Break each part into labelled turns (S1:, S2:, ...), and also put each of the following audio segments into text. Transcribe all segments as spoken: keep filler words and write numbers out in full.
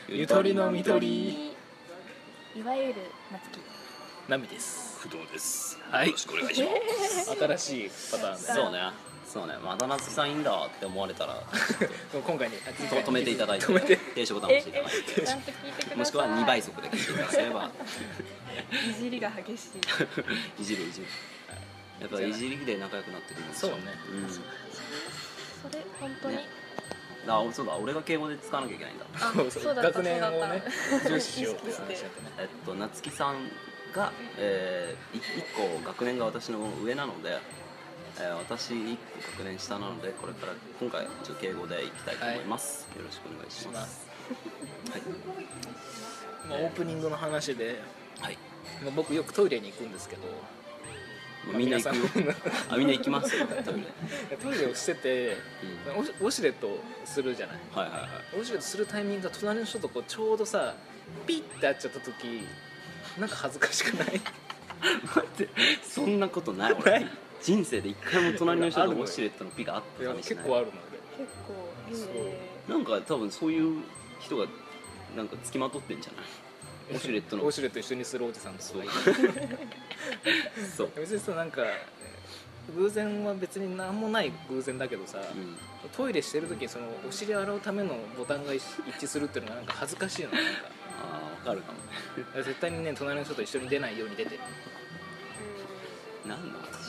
S1: ゆとりのみとり。
S2: いわゆる夏希
S1: ナミです。
S3: 不動です。
S1: はい、
S3: よろしくお願いします。
S1: 新しいパターンです。
S3: そうね、そうね、また夏希さんいいんだって思われたら
S1: 今回に
S3: 止めていただいて、停止ボタンを押していただいて、
S2: ちゃんと聞いてください。
S3: もしくはにばい速で聞いていただければ。
S2: いじりが激しい。
S3: いじるいじる。やっぱいじりで仲良くなってくるんですよ。
S1: そうね。
S3: うん。
S2: それ本当に。
S3: あ、そうだ、俺が敬語で使わなきゃいけないんだ。
S2: あ、そうだった。
S1: 学年をね重視しようって話だったね。
S3: えっと夏希さんが、えー、いっこ学年が私の上なので、えー、私いっこ学年下なので、これから今回ちょっと敬語でいきたいと思います、はい、よろしくお願いします。はい、
S1: まあ、オープニングの話で、
S3: はい、
S1: まあ、僕よくトイレに行くんですけど、
S3: みんな行くよ。あ、みんな行きますよ、トイレ。
S1: トイレをしてて、うん、ウォシュレットするじゃない。
S3: はいはいはい。
S1: ウォシュレットするタイミングが隣の人とこうちょうどさピッて会っちゃった時、なんか恥ずかしくない？
S3: 待って、そんなことない俺。人生で一回も隣の人とウォシュレットのピがあった試しない。
S1: 結構あるので。
S2: 結構。
S1: そう。
S3: なんか多分そういう人がなんかつきまとってんじゃない？ウォシュレットの
S1: ウォシュレット一緒にするおじさんとかいる。そう別にさ、なんか偶然は別に何もない偶然だけどさ、うん、トイレしてる時にそのお尻洗うためのボタンが一致するっていうのがなんか恥ずかしいの。なんか
S3: ああ、分かるかもね。
S1: 絶対にね、隣の人と一緒に出ないように出てる。
S3: 何の話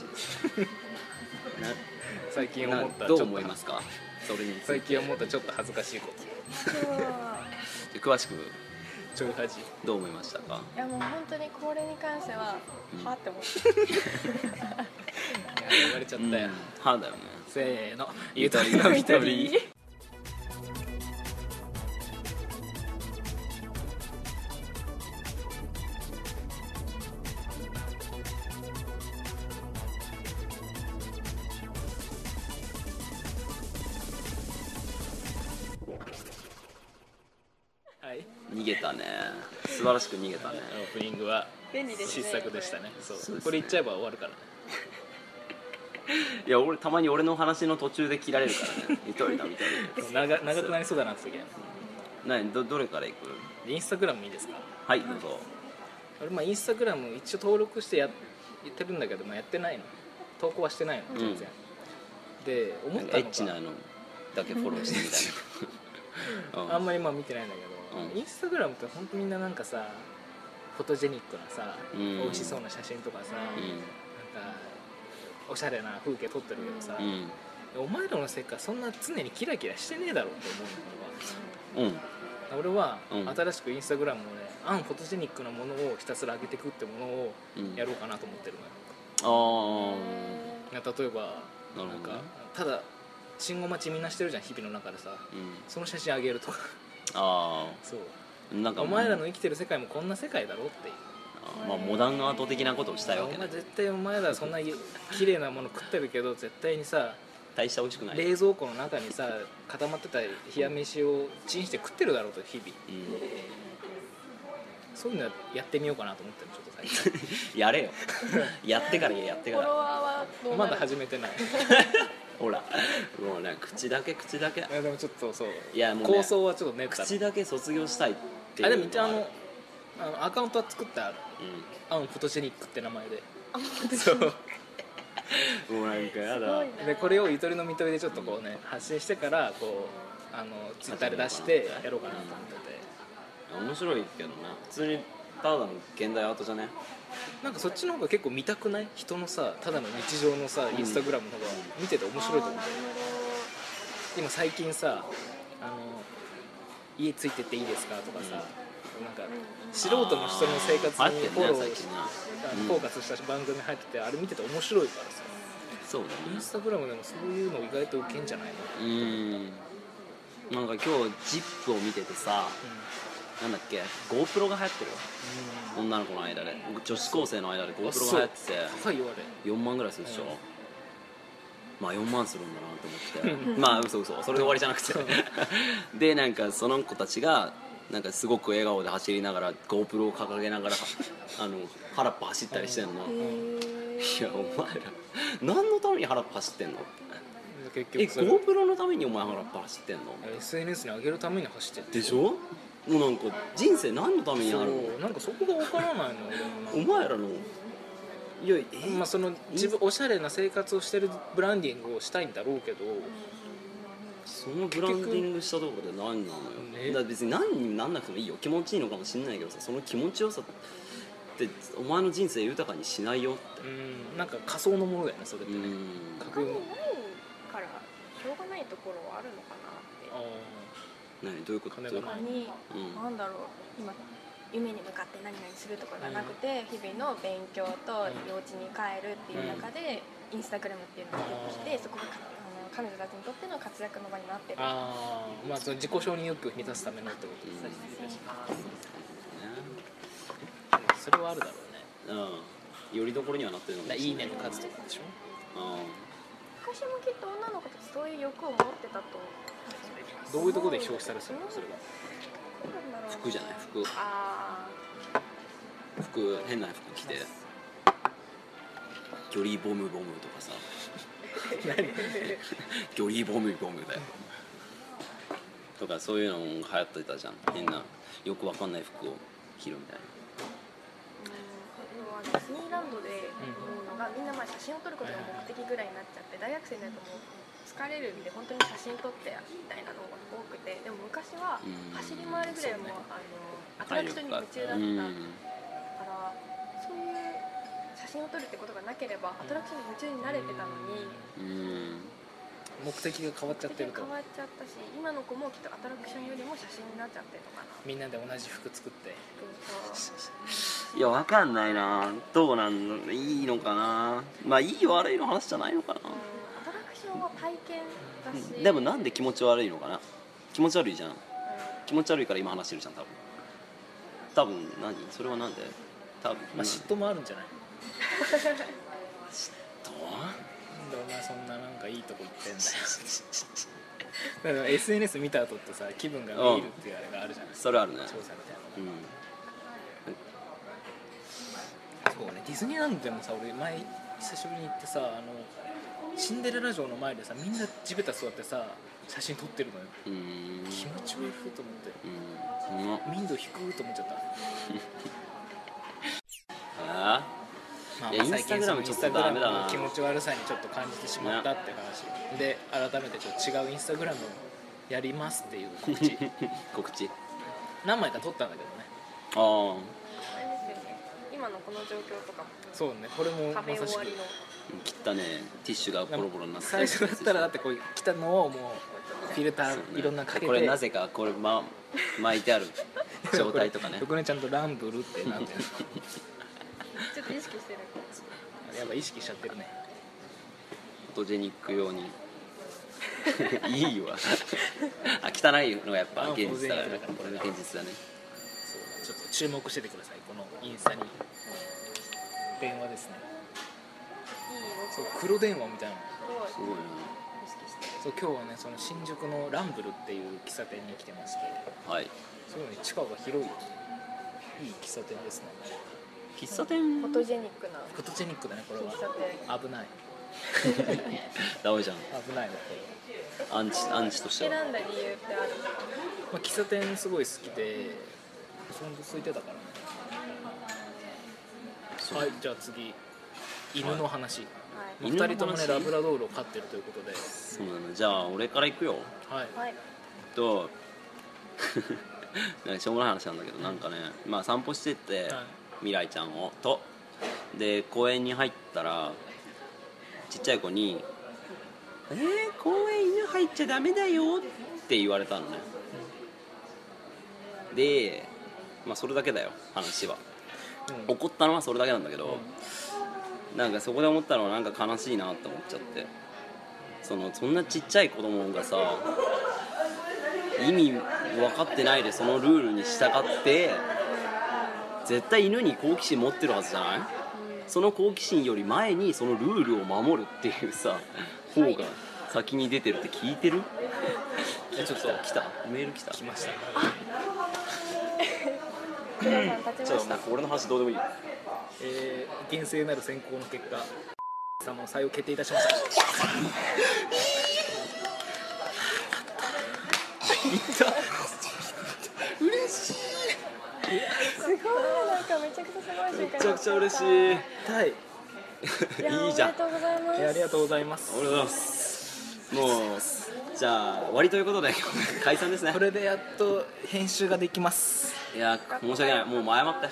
S1: 最近思った
S3: どう思いますか？それに
S1: 最近思ったちょっと恥ずかしいこと。
S3: 詳しく
S1: ちょい恥
S3: どう思いましたか？
S2: いや、もう本当にこれに関しては、うん、はって思って
S1: 言われちゃったよ、
S3: うん、はだよね。
S1: せーの、ゆとりのみとり。
S3: 逃げたね。素晴らしく逃げたね。
S1: オープニングは失策でしたね。そうそう、これ言っちゃえば終わるからね。
S3: いや、俺たまに俺の話の途中で切られるからね。見とりだみたい
S1: な。長長くなりそうだなって時は。
S3: 何、どどれからいく？
S1: インスタグラムいいですか？
S3: はい、どうぞ。
S1: 俺まあインスタグラム一応登録してやってるんだけど、まあ、やってないの。投稿はしてないの全然。うん、で思ったのが
S3: エッチなのだけフォローしてみたいな。
S1: あんまりまあ見てないんだけど。うん、インスタグラムって本当みんななんかさ、フォトジェニックなさ、うん、美味しそうな写真とかさ、うん、なんかおしゃれな風景撮ってるけどさ、うん、お前らの世界そんな常にキラキラしてねえだろうって思うのが、うん、俺は新しくインスタグラムをね、アンフォトジェニックなものをひたすら上げていくってものをやろうかなと思ってるのよ。うん、あ例えばなんかただ信号待ちみんなしてるじゃん、日々の中でさ、うん、その写真あげるとか。ああ、そうなんかお前らの生きてる世界もこんな世界だろっていう。
S3: あ、まあ、モダンアート的なことをしたいわけね。
S1: お前絶対お前らそんな綺麗なもの食ってるけど絶対にさ、
S3: 大した美味しくない。
S1: 冷蔵庫の中にさ固まってた冷や飯をチンして食ってるだろうと日々、うん、そういうのやってみようかなと思ってる。ちょっと最近
S3: やれよ。やってからやってから。
S2: フォロワーはどうなる？
S1: まだ始めてない。
S3: ほら、もうね、口だけ口だけ。い
S1: やでもちょっとそう。
S3: いやもう、ね、
S1: 構想はちょっとね、
S3: 口だけ卒業したいっていう。
S1: あ、でも一応あのあのアカウントは作ってある。うん、アンフォトジェニックって名前で。そう。
S3: もうなんかやだ。
S1: でこれをゆとりのみとりでちょっとこうね、発信してからこうあのツイッターで出してやろうかなと思ってて。
S3: うん、面白いけどね。普通にただの現代アートじゃね。
S1: なんかそっちの方が結構見たくない？人のさ、ただの日常のさ、インスタグラムの方が見てて面白いと思う。今最近さ、あの家ついてっていいですかとかさ、うん、なんか素人の人の生活にフォローして、フォーカスした番組入ってて、あれ見てて面白いからさ。
S3: そうだね。
S1: インスタグラムでもそういうの意外とウケんじゃないの？
S3: うん。なんか今日ジップを見ててさ。うん、なんだっけ、 GoPro が流行ってるよ、うん、女の子の間で、女子高生の間で GoPro が流行ってて、
S1: 高いよあれ。
S3: よんまんぐらいするでしょ、うん、まあよんまんするんだなと思ってまあ嘘嘘それで終わりじゃなくてでなんかその子たちがなんかすごく笑顔で走りながら GoPro を掲げながらあの原っぱ走ったりしてんの。いやお前ら何のために原っぱ走ってんの？
S1: 結
S3: 局え GoPro のためにお前原っぱ走ってんの？
S1: エスエヌエス に上げるために走ってる
S3: でしょ？ もうなんか人生何のためにあるの？
S1: そうなんかそこが分からないの
S3: お前らのいやえ
S1: まあその自分おしゃれな生活をしてるブランディングをしたいんだろうけど、
S3: そのブランディングしたところで何なのよ、
S1: ね、
S3: だから別に何になんなくてもいいよ、気持ちいいのかもしれないけどさ、その気持ちよさってお前の人生豊かにしないよって。
S1: うんなんか仮想のものだよねそれってね。
S2: お金ないからしょうがないところはあるのかなって。
S1: あ
S3: 何どういうこと？
S1: 金がない
S2: に、
S3: うん、
S2: なんだろう今夢に向かって何々するとかがなくて、うん、日々の勉強と幼稚に帰るっていう中で、うん、インスタグラムっていうのが出てきて、そこがあの彼女たちにとっての活躍の場になってる。
S1: ああ、まあその自己承認欲求を満たすためのってことですね。それはあるだろうね。
S3: うん。よりどころにはなってるのかもしれない。
S1: いいねの数とかでしょ。
S3: あ
S2: 昔もきっと女の子たちそういう欲を持ってたと。
S1: どういうところで消費されてたのそれが。
S3: 服じゃない服。
S2: あ
S3: 服変な服着て。ギョリーボムボムとかさ。
S1: 何？
S3: ギョリーボムボムだよ。とかそういうのも流行ってたじゃん。変なよくわかんない服を着るみたいな。
S2: ディズニーランドで思うのが、みんなまあ写真を撮ることが目的ぐらいになっちゃって、大学生になるともう疲れるんで本当に写真撮ってみたいなのが多くて、でも昔は走り回るぐらいもうあのアトラクションに夢中だったから、そういう写真を撮るってことがなければアトラクションに夢中になれてたのに、
S1: 目的が変わっちゃってると。
S2: 変わっちゃったし、今の子もきっとアトラクションよりも写真になっちゃってるのかな。
S1: みんなで同じ服作って。
S3: いやわかんないな、どうなんのいいのかな、まあいい悪いの話じゃないのかな、
S2: うん、アトラクションは体験だし、
S3: でもなんで気持ち悪いのかな、気持ち悪いじゃん、うん、気持ち悪いから今話してるじゃん多分多分何それはなんで多分、
S1: まあ、嫉妬もあるんじゃない？
S3: 嫉妬
S1: お前そんななんかいいとこ行ってんだよだから エスエヌエス 見た後ってさ気分が見えるっていうあれがあるじゃない。
S3: それあるね、
S1: 調査みたいなの、
S3: うん
S1: そうね、ディズニーランドでもさ俺前久しぶりに行ってさ、あのシンデレラ城の前でさみんな地べた座ってさ写真撮ってるのよ。
S3: うーん
S1: 気持ち悪いと思って、
S3: うん、
S1: 民度低いと思っちゃった
S3: あ
S1: まあ、
S3: いや
S1: 最近そのインスタグラム
S3: インスタグラム
S1: の気持ち悪さにちょっと感じてしまったって話で、改めてちょっと違うインスタグラムをやりますっていう告知
S3: 告知
S1: 何枚か撮ったんだけどね。
S3: あ
S2: あれですよね、今のこの状況とかも
S1: そうね、これもまさしく
S2: 食べ終わりの
S3: 切ったねティッシュがボロボロになって
S1: 最初だったらだってこう来たのをもうフィルターいろんなかけて、
S3: これなぜかこれ、ま、巻いてある状態とかね
S1: 横にちゃんとランブルってなってる
S2: ちょっと意識してる。
S1: やっぱ意識しちゃってるね。
S3: フォトジェニック用にいいわあ汚いのがやっぱ現実だから、これが現実だね。
S1: そうちょっと注目しててください、このインスタに電話ですね。そう黒電話みたいな。
S3: すごいな。
S1: そう今日はねその新宿のランブルっていう喫茶店に来てまして、
S3: はい
S1: すごい地下が広いいい喫茶店ですね。
S3: 喫茶店
S2: フォトジェニックな
S1: フォトジェニックだねこれは。
S2: 喫茶店
S1: 危ない
S3: ダメじゃん、
S1: 危ないねこれは。
S3: アンチアンチとしては。
S2: 選んだ理由ってある？
S1: まあ、喫茶店すごい好きでそんな空いてたからね。はい、じゃあ次犬の話、はい、ふたりともねラブラドールを飼ってるということで。
S3: そうなの、じゃあ俺から行くよ。
S1: はい、
S2: はい、
S3: となんかしょうもない話なんだけど、なんかね、まあ散歩してて、はい、未来ちゃんをとで公園に入ったらちっちゃい子に「えー、公園犬入っちゃダメだよ」って言われたのね。で、まあそれだけだよ話は、うん、怒ったのはそれだけなんだけど、うん、なんかそこで思ったのはなんか悲しいなって思っちゃって、そのそんなちっちゃい子供がさ意味分かってないでそのルールに従って絶対犬に好奇心持ってるはずじゃない、うん、その好奇心より前にそのルールを守るっていうさ方が先に出てるって聞いてる？えちょっと来たメール来た
S1: 来ました
S2: 黒さん立ちました。
S3: 俺の話どうでもいい。
S1: えー、厳正なる選考の結果様の採用決定いたしましたいった嬉し
S2: なんかめちゃくちゃすごい瞬間
S3: めちゃくちゃ嬉しい。
S1: 痛い。
S3: いいじゃん。
S2: ありがとうございます。
S1: ありがとうございます。
S3: ありがとうございます。もうじゃあ終わりということで解散ですね。
S1: これでやっと編集ができます。
S3: いや申し訳ない、もう謝って。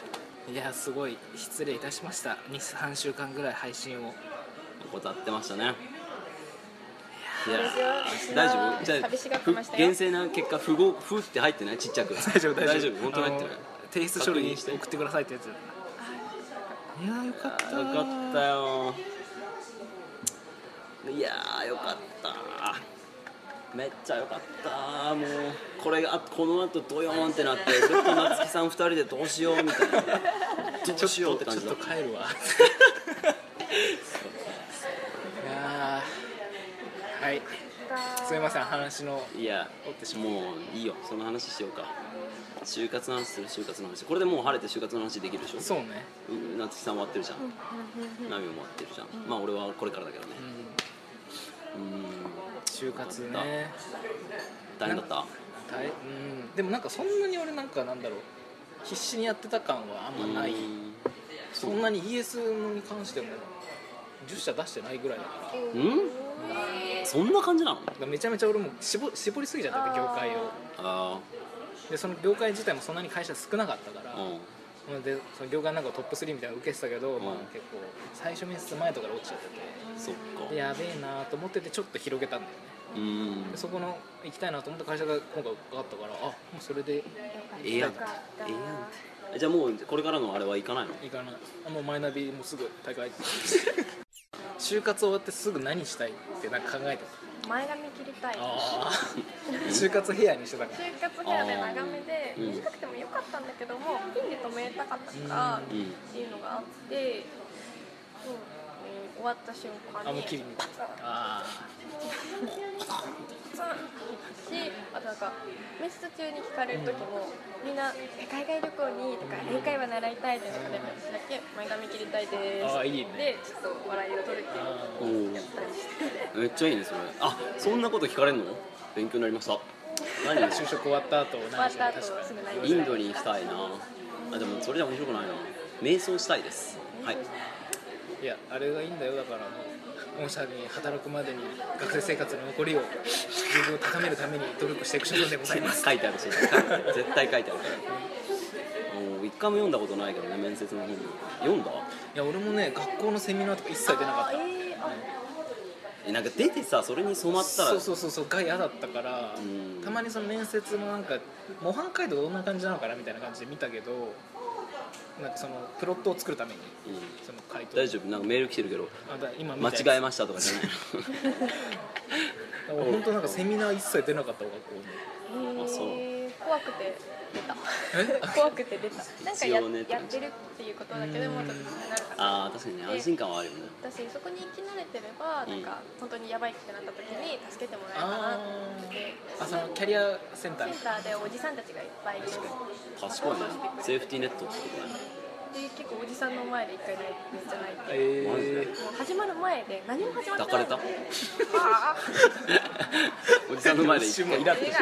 S1: いやすごい失礼いたしました。に、さんしゅうかんぐらい配信を
S3: 怠ってましたね。いや
S2: ですよ
S3: 大丈夫？じゃあ
S2: 寂しがってましたよ
S3: 厳正な結果符号符って入ってない？ちっちゃく。
S1: 大丈夫大丈夫
S3: 大丈夫本当に入ってない。
S1: 提出書類
S3: 確認して
S1: 送ってくださいってやつ。いやよかった
S3: よかったよ。いやーよかっためっちゃよかったもうこれがこの後ドヨーンってなってずっと夏木さんふたりでどうしようみたいなどうしようって感じだ。
S1: ちょっと帰るわ。いやはいすみません話の
S3: いや
S1: 折ってしまう。
S3: もういいよその話しようか。就活の話する就活の話。これでもう晴れて就活の話できるでしょ。
S1: そうね、
S3: うん夏木さん終わってるじゃん。ナミも終わってるじゃん。まあ俺はこれからだけどね。
S1: うん、
S3: うん
S1: 就活ね
S3: 大変だった。
S1: 大うんでもなんかそんなに俺なんかなんだろう必死にやってた感はあんまない。
S3: うん
S1: そんなに イーエス に関してもじゅっしゃ出してないぐらいだから
S3: うんそんな感じなの？
S1: だからめちゃめちゃ俺も絞絞りすぎちゃったって業界を。
S3: あ
S1: でその業界自体もそんなに会社少なかったから、
S3: あうん
S1: でその業界なんかトップスリーみたいなの受けてたけど、
S3: うん
S1: まあ、結構最初面接前とかで落ちちゃってて
S3: そっか
S1: でやべえなと思っててちょっと広げたんだよね。
S3: うん
S1: でそこの行きたいなと思った会社が今回分かったからあもうそれで
S3: ええやん
S2: よかった
S3: ええやん。じゃあもうこれからのあれは行かないの？
S1: いいかなあもうマイナビもうすぐ大会就活終わってすぐ何したいってなんか考えて
S2: 前髪切りたい。
S1: た。ああ就活ヘアにしてたから
S2: 就活ヘアで長めで
S3: うん
S2: 短くてもよかったんだけどもピンで留めたかったからっ
S3: うん
S2: ていうのがあって、うんえー終わった瞬間に
S1: あもう切りにあ
S2: し、あとなんか面接中に聞かれる時もみんなえ海外旅行にとか英会話習いたいっていうので私だけ前髪切りたいです
S1: あいいね
S2: でちょっと笑いを取るっていうのを
S1: あ
S3: おお
S2: やったりして
S3: めっちゃいいねそれ。あそんなこと聞かれるの？勉強になりました。何
S1: 就職終わった後
S2: 終わった後
S1: 確かに
S2: すぐ何を
S3: インドに行きたいなあ。でもそれじゃ面白くないな。瞑想したいです。はい
S1: いやあれがいいんだよ。だからもう御社に働くまでに学生生活の残りを自分を高めるために努力していく所存でございます。
S3: 書いてあるし絶対書いてあるからもう一回も読んだことないけどね面接の本読んだ。
S1: いや俺もね学校のセミナーとか一切出なかった。
S2: あーえーあ
S3: えなんか出てさそれに染まったら
S1: そうそうそうそうが嫌だったから
S3: うん
S1: たまにその面接のなんか模範解答どんな感じなのかなみたいな感じで見たけどなんかそのプロットを作るために
S3: うん
S1: その回答
S3: 大丈夫なんかメール来てるけど
S1: あだ今見
S3: 間
S1: たやつ
S3: 違えましたとかじゃない
S1: だから本当なんかセミナー一切出なかった学校に。
S3: あそう
S2: えー怖くて出た
S1: え
S2: 怖くて出たなんかや,、
S3: 一応ね
S2: やってるっていうことだけでもちょっと気になるかな。
S3: ああ確かにね安心感はあるよね。
S2: 私そこに行き慣れてればなんか本当にやばいってなった時に助けてもらえるかなと思ってて
S1: あそのキャリアセンター
S2: センターでおじさんたちがいっぱいいる
S3: 確
S2: サ
S3: かに
S2: ポートしてくれる
S3: セーフティーネットってことだね。
S2: で結構おじさんの前で一回泣いてめっちゃ泣いて、
S1: え
S3: マジで
S2: もう始まる前で何も始まってないの
S3: 抱かれ
S2: ああ
S3: おじさんの前で
S1: 一瞬もイラッとして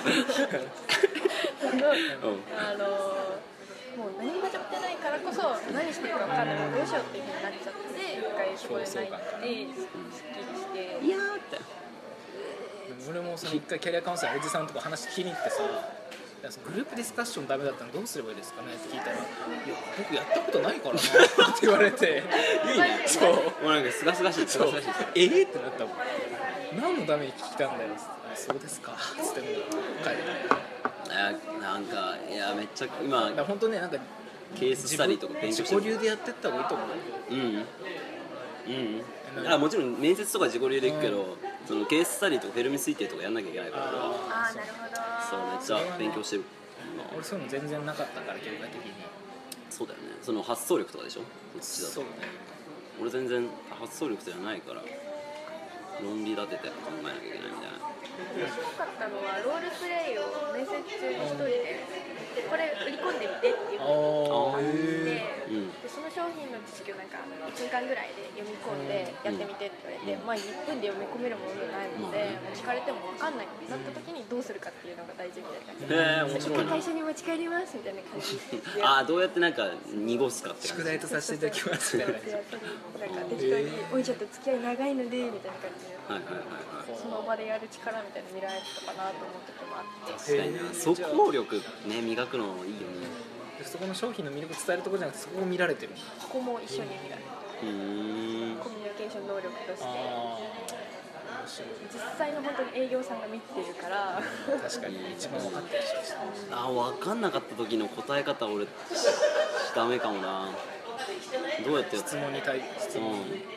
S2: そのあのもう何も始まってないからこそ何していいか分かんないどうしようっていう風になっちゃって一回そこで泣いてすっきりして
S3: いやーって
S1: 俺もその一回キャリアカウンセラーのおじさんとか話聞きに行ってさいやそのグループディスカッションダメだったらどうすればいいですかねって聞いたらいや僕やったことないからなって言われて
S3: いいね
S1: そう
S3: もうなんかすがすがしいす
S1: そう
S3: がすがしい
S1: えー、ってなったもん何のために聞きたんだよっつってあそうですかっつってもう帰る
S3: いやなんかいやめっちゃ今
S1: だから本当ねなんか
S3: ケーススタディとか勉強してる。
S1: 自己流でやってった方がいいと思う。
S3: うんうんあもちろん面接とか自己流で行くけど、うん、そのケーススタディとかフェルミ推定とかやんなきゃいけないから
S2: ああなるほど
S3: そうめっちゃ勉強してる、ね、
S1: 俺そういうの全然なかったから業界的に
S3: そうだよねその発想力とかでしょこっちだと
S1: そうね
S3: 俺全然発想力じゃないから論理立てて考えなきゃいけないみたいな。
S2: 面白かったのはロールプレイを面接中に一人でこれ売り込んでみてっていうのを
S1: あー
S2: で
S3: うん
S2: でその商品の式をなんかいっぷんかんぐらいで読み込んでやってみてって言われて、うん、まあいっぷんで読み込めるものじゃないので、うん、聞かれても分かんないってなった時にどうするかっていうのが大事みたいな感じで、
S3: へー面白いな。
S2: 会社に持ち帰りますみたいな感じで
S3: ああどうやってなんか濁すかって
S1: 宿題とさせていただきますみたいな感じ
S2: なんか適当に「おいちょっと付き合い長いので」みたいな感じで、
S3: はいはいはいはい、
S2: その場でやる力みたいなの見られたかなと思う時もあって、
S3: 確かにな即応力ね磨くのいいよね。
S1: そこの商品の魅力伝えるところじゃなくてそこを見られてる。
S2: ここも一緒に見られる。
S3: うーん
S2: コミュニケーション能力として
S1: あ
S2: 実際の本当に営業さんが見てるから
S1: 確かに一番分かってる人ですね。
S3: あ分かんなかった時の答え方俺ダメかもな。どうやって
S1: 質問に対質問、
S3: うん、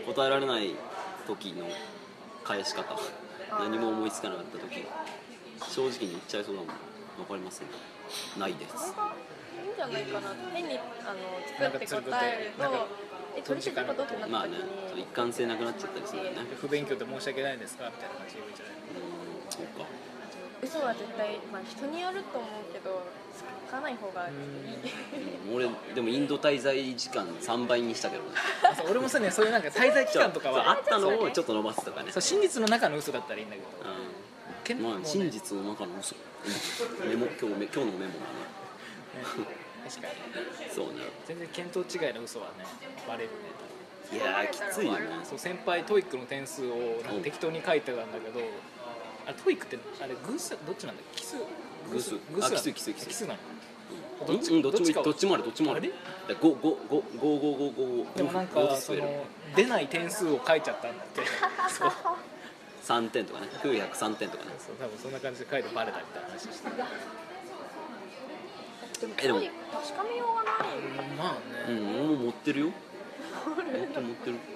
S3: 答えられない時の返し方何も思いつかなかった時正直に言っちゃいそうだもん。分かりませんないです。
S2: それがいいんじゃないかな。変にあの作って答えるとえ取り手とかどうってなった時に、
S3: まあね一貫性なくなっちゃったりするよね。
S1: 不勉強で申し訳ないですかみたいな感じで言うんじゃないの。
S3: うんそうか。
S2: 嘘は絶対、まあ、人によると思うけどつかない方がいい。
S3: 俺でもインド滞在時間さんばいにしたけどね。
S1: 俺もそうね、そういうなんか滞在期間とかは
S3: あったのをちょっと伸ばすとかね。
S1: そう真実の中の嘘だったらいいんだけど、
S3: うん、まあ真実の中の嘘メモ今日今日のメモだね
S1: 確かに
S3: そうね
S1: 全然見当違いの嘘はねバレるね。
S3: いやーきついよね。
S1: そう先輩トイックの点数をなんか適当に書いてたんだけど、あれトイックってあれ偶数どっちなんだっけ奇数
S3: 偶数
S1: 偶数
S3: あ奇数奇数奇数
S1: 奇数なの。
S3: どっちうんどっちもどっちもあるどっちもある。五五五五五五五
S1: でもなんかその出ない点数を書いちゃったんだって。そう
S3: さんてんとかねきゅうひゃくさんてんとかね。
S1: そう多分そんな感じで書いてバレたみたいな話して。
S2: でも確かめようがない。
S1: まあ
S3: ね。うん俺も持ってるよ。本当持ってる。いや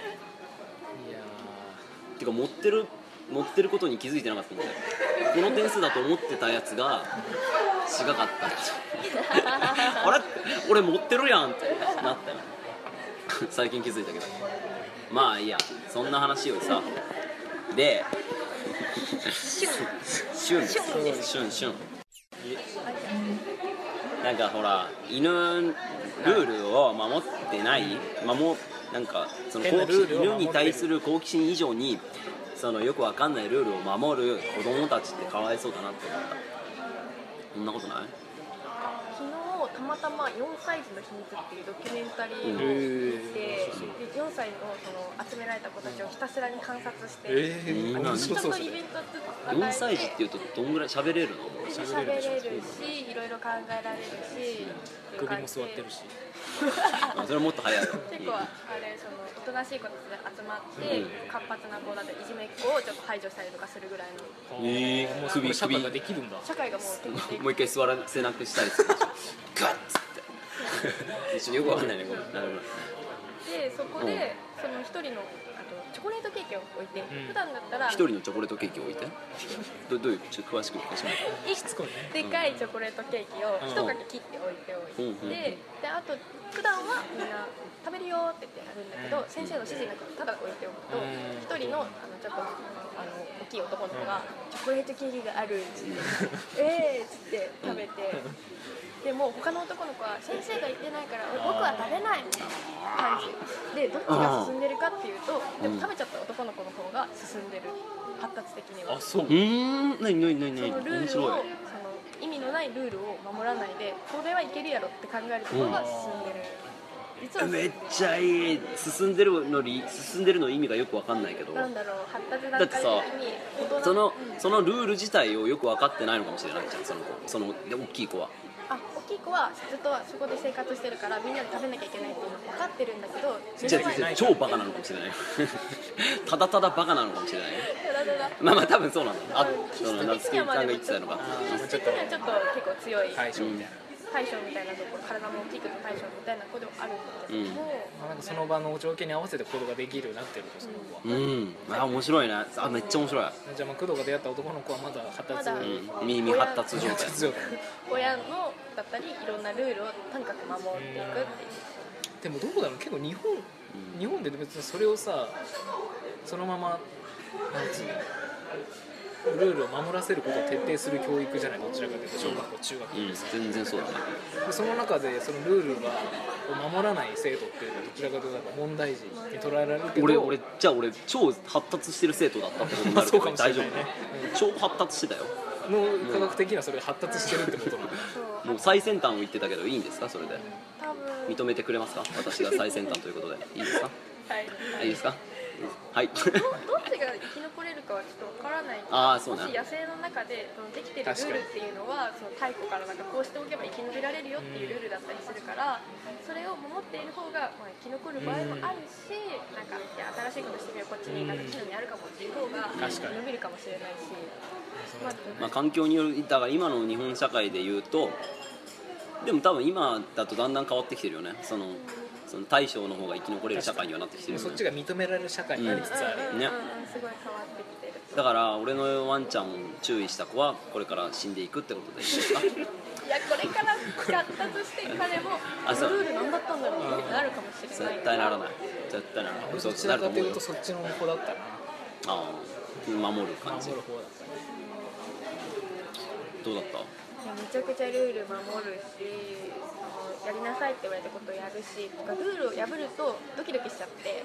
S3: ーてか持ってる持ってることに気づいてなかったんだよ。この点数だと思ってたやつが違かったあれ俺持ってるやんってなったよ最近気づいたけどまあいいやそんな話をさでシュンシュンシュンシュンなんかほら犬ルールを守ってない守なんかその好奇犬に対する好奇心以上にそのよくわかんないルールを守る子供たちってかわいそうだなって思った。そんなことない？
S2: 昨日たまたまよんさい児の秘密っていうドキュメンタリーを見て、でよんさいのその集められた子たちをひたすらに観察して、
S1: えー、
S2: あの人とイベント
S3: よんさい児っていうとどんぐらい喋れるの？
S2: 喋れるし、いろいろ考えられるし、
S1: 首も座ってるし
S3: それはもっと早い
S2: 結構あれそのおとなしい子たちで集まって、うん、活発な子だっていじめっ子をちょっと排除したりとかするぐらいの
S1: えー、もう首社会ができるんだ。
S2: 社会がもう
S3: もう一回座らせなくしたりするガッつって一緒によくわかんないねこれ。なるほど。
S2: でそこでその一人のあとチョコレートケーキを置いて、うん、普段だったら
S3: 一人のチョコレートケーキを置いてど, どういうちょっと詳しく聞かせてもら
S2: ってでかいチョコレートケーキを一かけ切って置いておいて、うん、で, であと普段はみんな食べるよって言ってやるんだけど、うん、先生の指示なくただ置いておくと一、うん、人のあのちょっとあの大きい男の子が、うん、チョコレートケーキがあるっつってえーっつって食べて、うんでも他の男の子は先生が言ってないから僕は食べないみたいな感じでどっちが進んでるかっていうとでも食べちゃった男の子の方が進んでる発達的には。
S3: あそう。うーん何何何何
S2: そのルールをその意味のないルールを守らないでこれはいけるやろって考えるところが進んでる。
S3: 実はめっちゃいい進んでるのに進んでるの意味がよくわかんないけど。
S2: なんだろう発達段階的に
S3: そのそのルール自体をよく分かってないのかもしれないじゃんその子その大きい子は。
S2: あ大きい子はずっとそこで生活してるからみんなで食べなきゃいけないっていうの分かってるんだけど
S3: じゃあ超バカなのかもしれないただただバカなのかもしれない
S2: ただただ
S3: まあまあ多分そうなんだあ
S2: 気質的にはまだ
S3: 言ってたのか
S2: 気質的にはちょっと結構強い
S1: 対象みたいな
S2: 大将みたいなところ体も大きくて大将みたいな子ではあるんだけども、
S1: うん、なんかその場の条件に合わせて行動ができるようになってるその子は
S3: うんあ面白いねあめっちゃ面白い
S1: じゃあまあ工藤が出会った男の子はまだ発達、
S3: うん、未発達状態
S2: 親のだったりいろんなルールをとにかく守っていくっていう
S1: でもどうだろう結構日本、うん、日本で別にそれをさそのままなんつうのルールを守らせることを徹底する教育じゃない、どちらかというと小学校中学校
S3: うん、
S1: でさ、
S3: 全然そうだね。
S1: でその中でそのルールがを守らない生徒っていうのはどちらかというとなんか問題児に捉えられるけど、
S3: 俺俺じゃあ俺超発達してる生徒だったってことになる
S1: そうかもしれない
S3: 大丈
S1: ね
S3: 夫？超発達してたよ。
S1: 脳科学的にはそれが発達してるってことなの。
S2: そう
S3: もう最先端を言ってたけどいいんですかそれで？
S2: 多分
S3: 認めてくれますか？私が最先端ということでいいですか？
S2: はい
S3: いいですか？はい。
S2: どどっちが生き残れるかはちょっとわからないけど、
S3: あーそうね
S2: もし野生の中でそのできてるルールっていうのはその太古からなんかこうしておけば生き延びられるよっていうルールだったりするから、それを守っている方がまあ生き残る場合もあるし、なんかいや新しいことしてみよう、こっちになんか興味あるかもっていう方が
S1: 確かに
S2: 伸びるかもしれないし、まあ
S3: まあ環境による、だから今の日本社会で言うと、でも多分今だとだんだん変わってきてるよね。そのその大将の方が生き残れる社会にはなってきてるよね。
S1: そっちが認められる社会になりつつある、
S3: ね
S2: うんうんうん、すごい変わってきてる。
S3: だから俺のワンちゃんを注意した子はこれから死んでいくってことでいいですか？
S2: いやこれから発達して彼も
S3: あそう
S2: ルール何だったんだろうってなるかもしれない。
S3: 絶対ならない。絶対ならない。
S1: 俺
S3: 嘘
S1: どちらかというと
S3: なる
S1: そっちの子だったな。
S3: と思うよ。ああ、守る感じ。
S1: 守る方だったね。
S3: どうだった？
S2: いやめちゃくちゃルール守るし、そのやりなさいって言われたことをやるし、とかルールを破るとドキドキしちゃって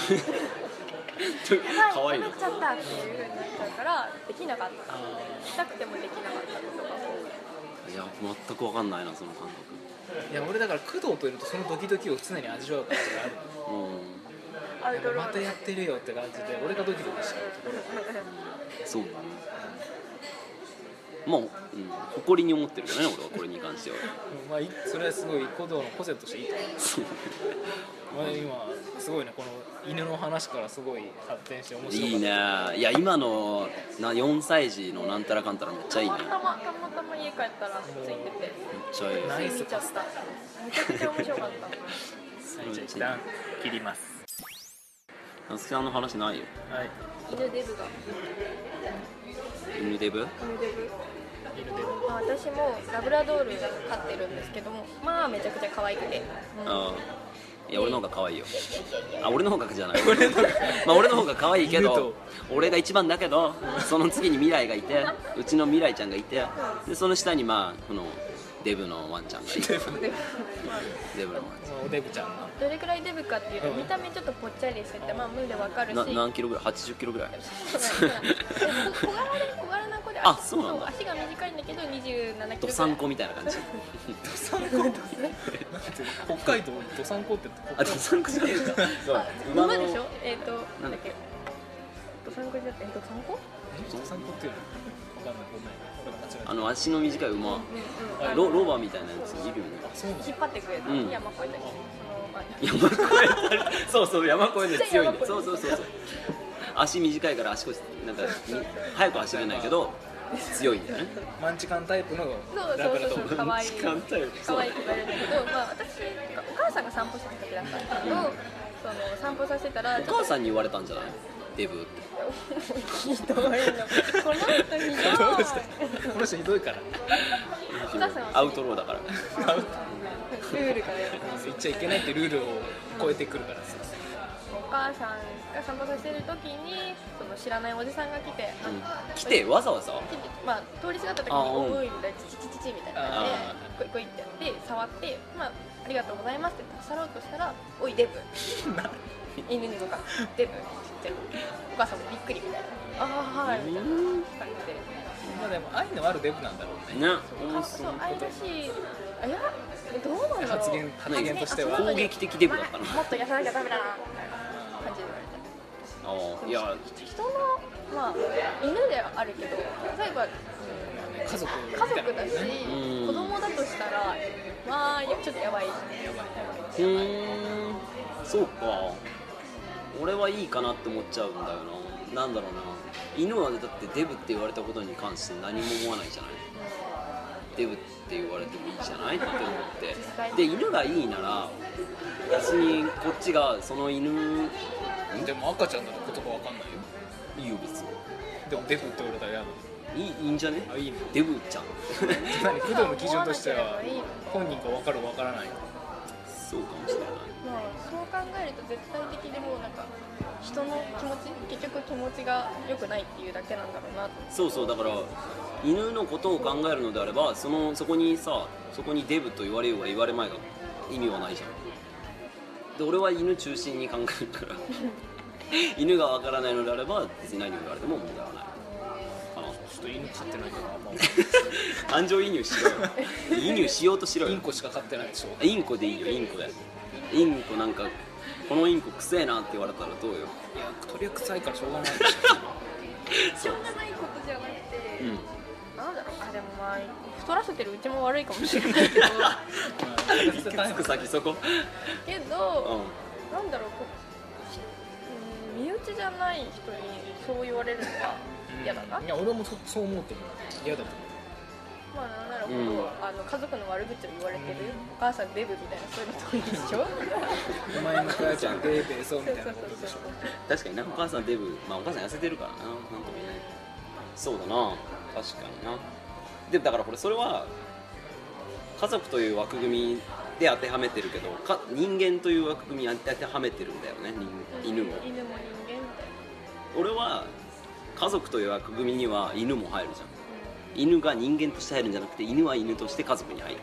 S3: かわいいな
S2: 破っちゃったっていう風になっちゃうからできなかったしたくてもできなかったことが多い。
S3: いや全く分かんないなその感覚。
S1: いや俺だから工藤といるとそのドキドキを常に味わう感じがあるの。
S3: うん、
S2: アウトロード
S1: またやってるよって感じで俺がドキドキしちゃうところ。
S3: そうだね。まあ、うん、誇りに思ってるけどね俺はこれに関しては。
S1: まあいそれはすごい工藤の個性としていいと思う。
S3: そう
S1: まあ今すごいねこの犬の話からすごい発展して面白かった。
S3: いいね。いや今のなよんさい児のなんたらかんたらめっちゃいいね。めった
S2: またまたま家帰ったらついてて
S3: ちゃいい。
S1: ナイス
S2: 見ちゃった。めちゃくちゃ面白かった。
S1: はい、じゃあ一旦切ります。
S3: なつきさんの話ないよ。
S1: はい。
S2: 犬デブが
S3: 犬デブ？
S2: 犬デブ
S1: 犬で
S2: まあ私もラブラドール飼ってるんですけども、まあめちゃくちゃ可愛くて、うん
S3: ああ。いや俺の方が可愛いよ。あ俺の方がじゃない。まあ俺の方が可愛いけど、俺が一番だけど、その次に未来がいて、うちの未来ちゃんがいて、でその下にまあこのデブのワンちゃんがいて、デブのワンち
S1: おデブちゃんの
S2: どれくらいデブかっていうと、見た目ちょっとぽっちゃりしてて、まあ目でわかるし、
S3: ゃん。な何キロぐらい？はちじゅっキロぐらい。
S2: そうなんです小柄で小柄な子で、
S3: あそうなんだ
S2: 足が短いんだけどにじゅうななキロぐらい。
S3: ドサンコみたいな感じ。
S1: ドサンコ北海道ドサンコって
S3: あドサンコじゃないですか。そう
S2: あ
S3: 馬の
S2: 馬でしょ。えっ、ー、と
S3: なだっけ
S2: なんんだっけドサンコじゃってドサンコ
S1: ドサンコっていうのわかんないごめん俺が間違えた。
S3: あの足の短い馬、
S2: うんうん
S3: ロロバみたいなやついるよね。
S1: そうなんだ。
S2: 引っ張ってくれた、
S3: うん
S2: 山越えたりその、まあ、
S3: 山越えたりそうそう山越えで強いん
S2: ちっちゃい山越え
S3: だ。そうそうそうそう。足短いから足腰なんかみ速く走れないけど強いんだよね。
S1: マンチカンタイプの
S2: そう
S1: ラブラドール。
S2: そうそう可愛い
S3: 時間帯
S2: 可愛い子がいるんだけど、まあ私お母さんが散歩してた時だったんだけど、その散歩させたら
S3: お母さんに言われたんじゃない？デブって。
S2: ひどいのこの人ひどい
S1: この人ひどいから。
S2: お母さんは
S3: アウトローだから。
S2: ルールからやる
S1: 言っちゃいけないってルールを超えてくるからさ。
S2: お母さんが散歩させてる時にその知らないおじさんが来て、
S3: うん来てわざわざ。
S2: まあ、通りすがった時に
S3: あ
S2: 「
S3: うん
S2: おい」みたいな「チチチチ」みたいな感じで「こいこい」ってやって触って「まあ、ありがとうございます」って去ろうとしたら「おいデブ」犬にとか「デブ」って言ってお母さんもびっくりみたいな「ああはい」みたいな感じで。
S1: まあでも愛のあるデブなんだろうね。
S3: ね。
S2: あそう愛らしい。あいやどうなんだろう。
S1: 発言発言としては
S3: 攻撃的デブだったな
S2: まあもっと痩せなきゃダメだなみたいな感じで言われて。
S3: ああいや
S2: 人のまあ犬ではあるけど例えば、うん
S1: 家族み
S2: 家
S1: たいな
S2: 族だし
S3: うん
S2: 子供だとしたらまあいやちょっとやばい。
S3: うーんそうか。俺はいいかなって思っちゃうんだよな。なんだろうな。犬はだってデブって言われたことに関して何も思わないじゃない。デブって言われてもいいじゃないって思って。で犬がいいなら別にこっちがその犬
S1: でも赤ちゃんだと言葉わかんないよ。
S3: いいよ別に。
S1: でもデブって言われたら嫌だ。
S3: いいいいんじゃね。
S1: あいいの。
S3: デブちゃん。
S1: 何工藤の基準としては本人か分かる分からない。
S3: そそうかもしれない。
S2: まあそう考えると絶対的でもなんか人の気持ち結局気持ちが良くないっていうだけなんだろうなと。
S3: そうそう、だから犬のことを考えるのであれば、そのそこにさそこにデブと言われようが言われまいが意味はないじゃん。で俺は犬中心に考えるから犬がわからないのであれば別に何を言われても問題はないかな。
S1: ちょっと犬飼ってないけど、まあ、
S3: 感情移入しろよ移入しようとしろよ。
S1: インコしか飼ってないでしょ。
S3: インコでいいよ、インコで。インコなんかこのインコくせえなって言われたらどうよ。
S1: いや鳥は臭いからしょうがないでしょ
S2: しょうがないことじゃなくて、
S3: うん、
S2: なんだろう、あでもまあ太らせてるうちも悪いかもしれないけど
S3: つく先そこ
S2: けど、
S3: うん、
S2: なんだろう、こう、うん、身内じゃない人にそう言われるのは嫌だな、
S1: うん、いや俺も そ, そう思うと思う。嫌だと思う。
S2: まあなんならほど、
S3: うん、
S2: あの家族の悪口を言われてる、うん、お母さんデブみたいなそういうのと一緒
S1: お前の母ちゃんデーベーそうみたいなことでしょ。
S3: 確かにな、お母さんデブ、まあお母さん痩せてるからな、なんともね。そうだな、確かにな。でだからこれそれは家族という枠組みで当てはめてるけど、か人間という枠組みに当てはめてるんだよね、人犬も。
S2: 犬も人間みたいな。
S3: 俺は家族という枠組みには犬も入るじゃん。犬が人間として入るんじゃなくて、犬は犬として家族に入る。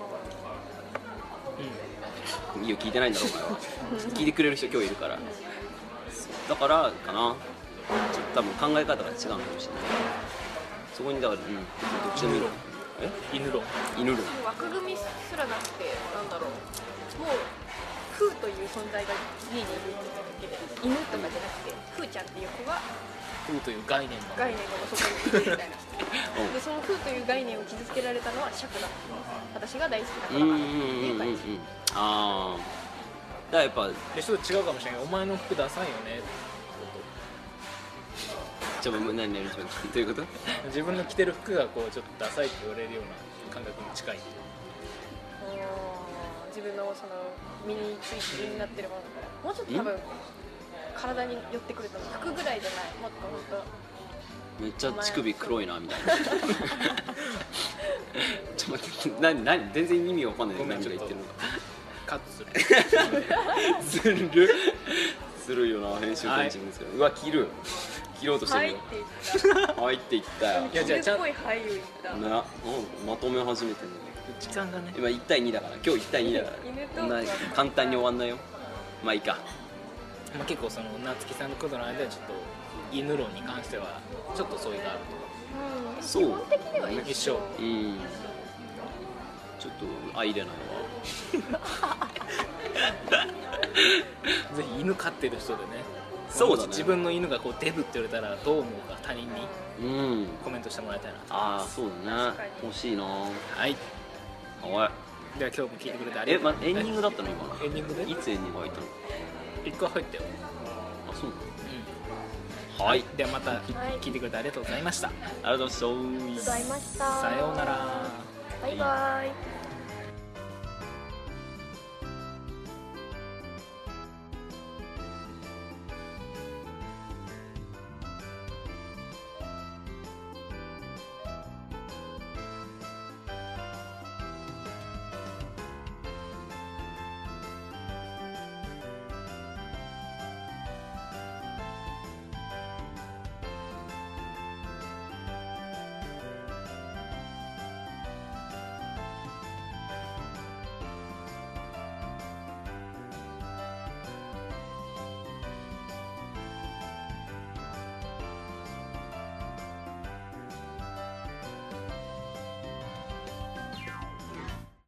S3: うん、いいよ、聞いてないんだろうお前は聞いてくれる人今日いるから。だからかな、ちょっと多分考え方が違うのかもしれない。そこにだから、うん、どっちでもいい。え
S1: 犬論
S3: 犬論
S2: 枠組みすらなくて、なんだろう、もうフーという存在が家にいるってだけで、犬とかじゃなくてフーちゃんっていう子が
S1: フーという概念が
S2: 概念がそこにいるみたいなでそのフーという概念を傷つけられたのは尺だ、私が大好きだからっていう感じ。
S3: ああ、だからやっぱ
S1: でちょっと違うかもしれない。お前の服ダサいよね。
S3: ちょっと何何ちょっとどういうこと？
S1: 自分の着てる服がこうちょっとダサいって言われるような感覚に近い。
S2: 自分のその身について身になってるものだから、もうちょっと多分体に寄ってくると服ぐらいじゃない、もっと本当
S3: めっちゃ乳首黒いなみたいなちょっと待って、何何全然意味わかんない。何が言ってるのか
S1: カットする
S3: するするよな、編集点自分ですよ、はい、うわ切る切ろうとしてるよ。
S2: 入っていった
S3: 入っていったよ。
S2: いやじゃあちゃんとっぽい俳優いったな、
S3: まとめ始めてるの。
S1: 時間がね、
S3: 今いち対にだから、今日いち対にだからこんな簡単に終わんないよ。まあいいか。
S1: まあ、結構その夏木さんと工藤の間でちょっと犬論に関してはちょっと相違がある
S2: うん、
S3: そう
S2: 基本的には一緒。
S1: 一緒。
S3: うんちょっと相入れないわ
S1: ぜひ犬飼ってる人でね、
S3: そうだね、
S1: 自分の犬がこうデブって言われたらどう思うか他人に
S3: うん
S1: コメントしてもらいたいなと。
S3: ああそうだね、欲しいな。
S1: はい
S3: おい
S1: では今日も聞いてくれてあり
S3: え、
S1: がとう。
S3: ま、エンディングだったの今の。
S1: エンディングで
S3: いつエンディング入ったの？
S1: 一個入ったよ。
S3: あ、そうなの。
S1: うん、
S3: はい、
S1: ではまた
S2: い
S1: 聞いてくれてありがとうございました。
S3: ありがとうございました。
S2: ございました。
S1: さようなら。
S2: バイバイ。